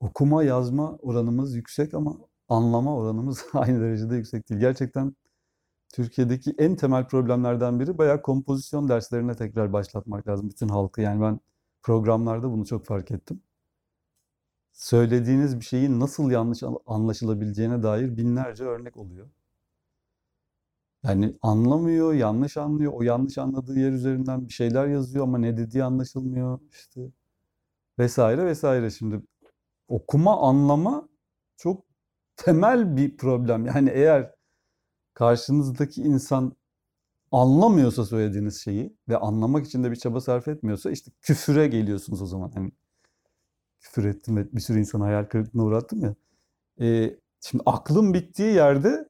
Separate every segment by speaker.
Speaker 1: Okuma yazma oranımız yüksek ama anlama oranımız aynı derecede yüksek değil. Gerçekten Türkiye'deki en temel problemlerden biri bayağı kompozisyon derslerine tekrar başlatmak lazım bütün halkı. Yani ben programlarda bunu çok fark ettim. Söylediğiniz bir şeyin nasıl yanlış anlaşılabileceğine dair binlerce örnek oluyor. Yani anlamıyor, yanlış anlıyor. O yanlış anladığı yer üzerinden bir şeyler yazıyor ama ne dediği anlaşılmıyor işte vesaire vesaire. Şimdi okuma anlama çok temel bir problem. Yani eğer karşınızdaki insan anlamıyorsa söylediğiniz şeyi ve anlamak için de bir çaba sarf etmiyorsa işte küfüre geliyorsunuz o zaman. Hani küfür ettim ve bir sürü insanı hayal kırıklığına uğrattım ya. Şimdi aklın bittiği yerde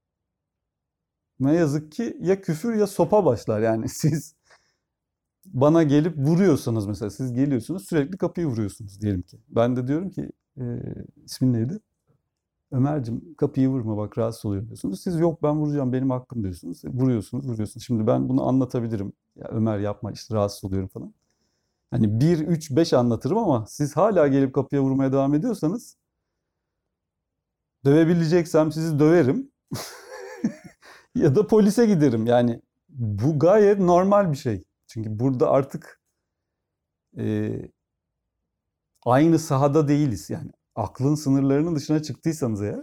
Speaker 1: ne yazık ki ya küfür ya sopa başlar. Yani siz bana gelip vuruyorsanız mesela siz geliyorsunuz sürekli kapıyı vuruyorsunuz diyelim ki. Ben de diyorum ki ismin neydi? Ömerciğim kapıyı vurma bak rahatsız oluyorum diyorsunuz. Siz yok ben vuracağım benim hakkım diyorsunuz. Vuruyorsunuz vuruyorsunuz. Şimdi ben bunu anlatabilirim. Ya Ömer yapma işte rahatsız oluyorum falan. Hani bir 3 5 anlatırım ama siz hala gelip kapıya vurmaya devam ediyorsanız dövebileceksem sizi döverim. Ya da polise giderim. Yani bu gayet normal bir şey. Çünkü burada artık e, aynı sahada değiliz. Yani aklın sınırlarının dışına çıktıysanız eğer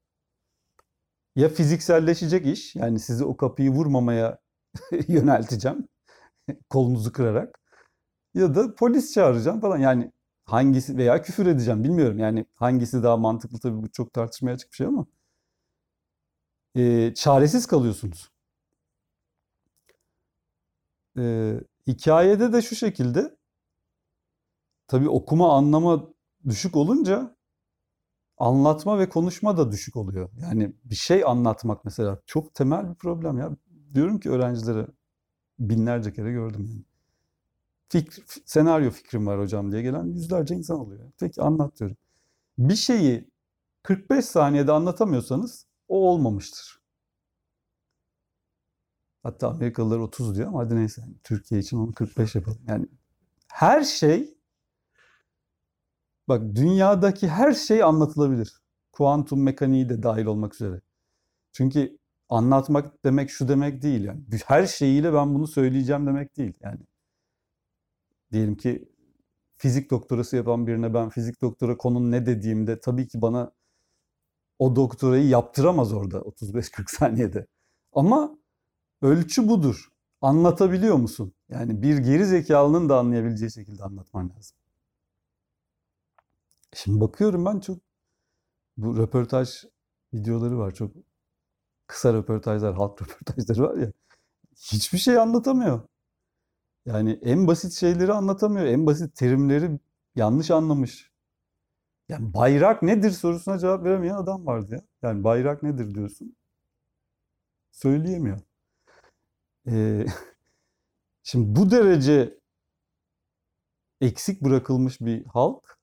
Speaker 1: ya fizikselleşecek iş yani sizi o kapıyı vurmamaya yönelteceğim kolunuzu kırarak ya da polis çağıracağım falan. Yani hangisi veya küfür edeceğim bilmiyorum. Yani hangisi daha mantıklı tabii bu çok tartışmaya açık bir şey ama çaresiz kalıyorsunuz. Hikayede de şu şekilde tabii okuma anlama düşük olunca anlatma ve konuşma da düşük oluyor. Yani bir şey anlatmak mesela çok temel bir problem ya. Diyorum ki öğrencilere binlerce kere gördüm yani. Senaryo fikrim var hocam diye gelen yüzlerce insan oluyor. Peki anlat diyorum. Bir şeyi 45 saniyede anlatamıyorsanız o olmamıştır. Hatta Amerikalılar 30 diyor ama hadi neyse. Yani Türkiye için onu 45 yapalım. Yani her şey, bak dünyadaki her şey anlatılabilir. Kuantum mekaniği de dahil olmak üzere. Çünkü anlatmak demek şu demek değil yani. Her şeyiyle ben bunu söyleyeceğim demek değil. Yani diyelim ki fizik doktorası yapan birine ben fizik doktora konunun ne dediğimde tabii ki bana o doktorayı yaptıramaz orada 35-40 saniyede. Ama ölçü budur. Anlatabiliyor musun? Yani bir geri zekalının da anlayabileceği şekilde anlatman lazım. Şimdi bakıyorum ben çok bu röportaj videoları var. Çok kısa röportajlar, halk röportajları var ya. Hiçbir şey anlatamıyor. Yani en basit şeyleri anlatamıyor. En basit terimleri yanlış anlamış. Yani bayrak nedir sorusuna cevap veremeyen adam vardı ya. Yani bayrak nedir diyorsun. Söyleyemiyor. Ee, Şimdi bu derece eksik bırakılmış bir halk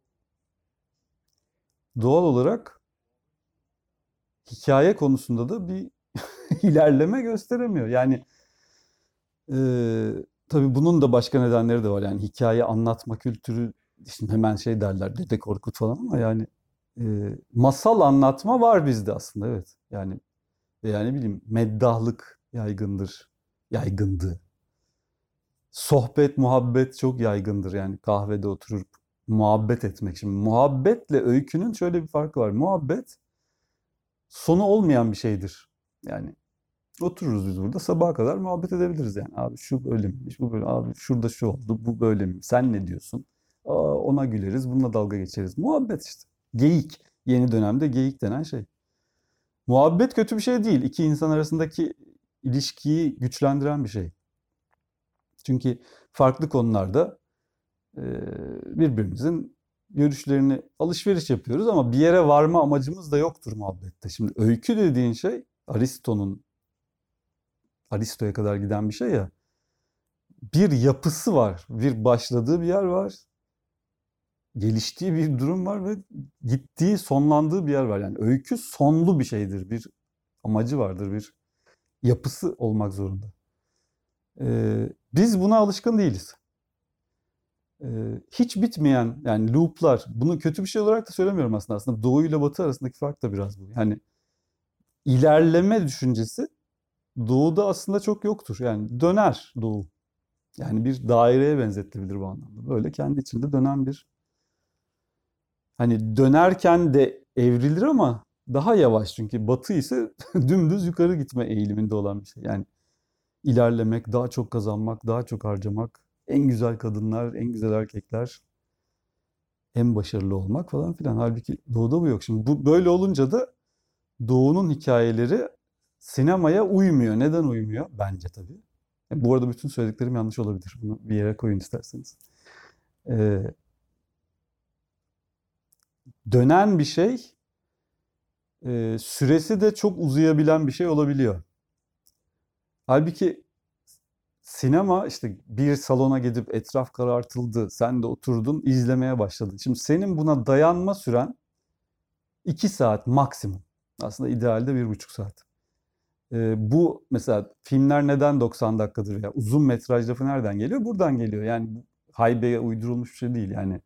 Speaker 1: doğal olarak hikaye konusunda da bir ilerleme gösteremiyor. Yani e, tabii bunun da başka nedenleri de var. Yani hikaye anlatma kültürü şimdi hemen şey derler Dede Korkut falan ama yani masal anlatma var bizde aslında evet. Yani veya ne bileyim meddahlık yaygındır. Yaygındı. Sohbet, muhabbet çok yaygındır. Yani kahvede oturup muhabbet etmek. Şimdi muhabbetle öykünün şöyle bir farkı var. Muhabbet sonu olmayan bir şeydir. Yani otururuz biz burada sabaha kadar muhabbet edebiliriz yani. Abi şu böyle miymiş, bu böyle. Abi şurada şu oldu, bu böyle mi? Sen ne diyorsun? Aa, ona güleriz, bununla dalga geçeriz. Muhabbet işte. Geyik. Yeni dönemde geyik denen şey. Muhabbet kötü bir şey değil. İki insan arasındaki ilişkiyi güçlendiren bir şey. Çünkü farklı konularda birbirimizin görüşlerini alışveriş yapıyoruz ama bir yere varma amacımız da yoktur muhabbette. Şimdi öykü dediğin şey Aristo'ya kadar giden bir şey ya. Bir yapısı var, bir başladığı bir yer var, geliştiği bir durum var ve gittiği, sonlandığı bir yer var. Yani öykü sonlu bir şeydir, bir amacı vardır, bir yapısı olmak zorunda. Biz buna alışkın değiliz. Hiç bitmeyen yani loop'lar. Bunu kötü bir şey olarak da söylemiyorum aslında. Aslında Doğu ile Batı arasındaki fark da biraz bu. Yani ilerleme düşüncesi Doğu'da aslında çok yoktur. Yani döner Doğu. Yani bir daireye benzetilebilir bu anlamda. Böyle kendi içinde dönen bir, hani dönerken de evrilir ama daha yavaş, çünkü Batı ise dümdüz yukarı gitme eğiliminde olan bir şey. Yani ilerlemek, daha çok kazanmak, daha çok harcamak, en güzel kadınlar, en güzel erkekler, en başarılı olmak falan filan. Halbuki Doğu'da bu yok. Şimdi bu böyle olunca da Doğu'nun hikayeleri sinemaya uymuyor. Neden uymuyor? Bence tabii. Bu arada bütün söylediklerim yanlış olabilir. Bunu bir yere koyun isterseniz. Ee, Dönen bir şey, süresi de çok uzayabilen bir şey olabiliyor. Halbuki sinema işte, bir salona gidip etraf karartıldı, sen de oturdun, izlemeye başladın. Şimdi senin buna dayanma süren 2 saat maksimum. Aslında idealde 1,5 saat. Bu mesela filmler neden 90 dakikadır ya? Uzun metraj lafı nereden geliyor? Buradan geliyor. Yani haybeye uydurulmuş bir şey değil. Yani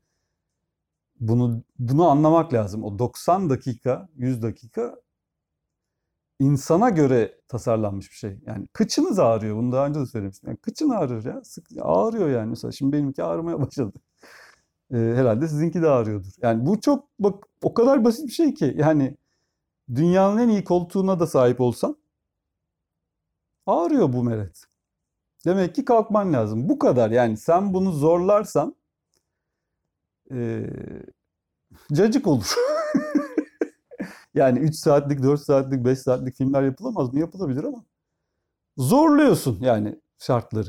Speaker 1: bunu anlamak lazım. O 90 dakika, 100 dakika insana göre tasarlanmış bir şey. Yani kıçınız ağrıyor. Bunu daha önce de söylemiştim. Yani kıçın ağrır ya. Ağrıyor yani. Mesela şimdi benimki ağrımaya başladı. Herhalde sizinki de ağrıyordur. Yani bu çok, bak, o kadar basit bir şey ki. Yani dünyanın en iyi koltuğuna da sahip olsan ağrıyor bu meret. Demek ki kalkman lazım. Bu kadar. Yani sen bunu zorlarsan ee, cacık olur. Yani 3 saatlik, 4 saatlik, 5 saatlik filmler yapılamaz mı? Yapılabilir ama zorluyorsun yani şartları.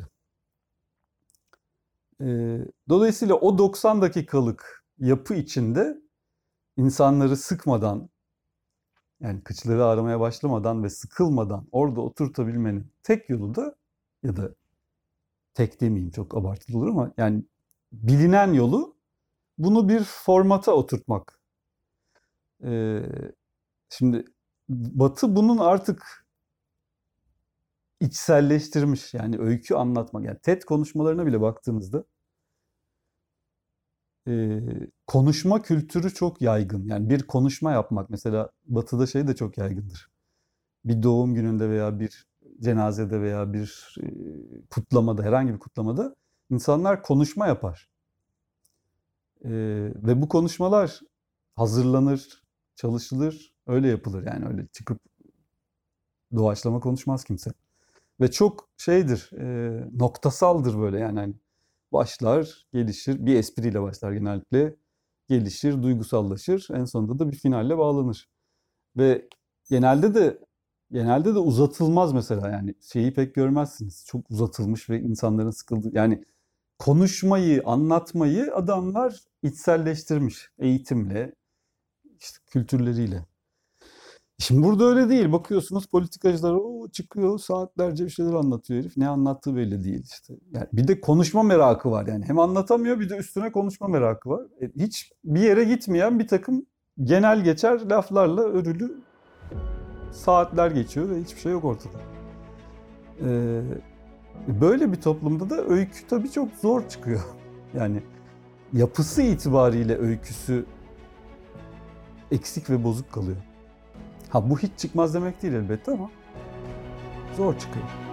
Speaker 1: Dolayısıyla o 90 dakikalık yapı içinde insanları sıkmadan, yani kıçları ağrımaya başlamadan ve sıkılmadan orada oturtabilmenin tek yolu da, ya da tek demeyeyim çok abartılı olur ama, yani bilinen yolu bunu bir formata oturtmak. Ee, Şimdi Batı bunun artık içselleştirmiş, yani öykü anlatmak. Yani TED konuşmalarına bile baktığınızda konuşma kültürü çok yaygın. Yani bir konuşma yapmak mesela Batı'da şey de çok yaygındır. Bir doğum gününde veya bir cenazede veya bir kutlamada, herhangi bir kutlamada insanlar konuşma yapar. Ve bu konuşmalar hazırlanır, çalışılır, öyle yapılır. Yani öyle çıkıp doğaçlama konuşmaz kimse. Ve çok şeydir, noktasaldır böyle, yani hani başlar, gelişir, bir espriyle başlar genellikle, gelişir, duygusallaşır, en sonunda da bir finalle bağlanır. Ve genelde de genelde de uzatılmaz mesela, yani şeyi pek görmezsiniz. Çok uzatılmış ve insanların sıkıldığı, yani konuşmayı, anlatmayı adamlar içselleştirmiş eğitimle, işte kültürleriyle. Şimdi burada öyle değil. Bakıyorsunuz politikacılar o çıkıyor saatlerce bir şeyler anlatıyor herif. Ne anlattığı belli değil işte. Yani bir de konuşma merakı var yani. Hem anlatamıyor, bir de üstüne konuşma merakı var. Hiç bir yere gitmeyen bir takım genel geçer laflarla örülü saatler geçiyor ve hiçbir şey yok ortada. Ee, Böyle bir toplumda da öykü tabii çok zor çıkıyor. Yani yapısı itibariyle öyküsü eksik ve bozuk kalıyor. Ha, bu hiç çıkmaz demek değil elbette ama zor çıkıyor.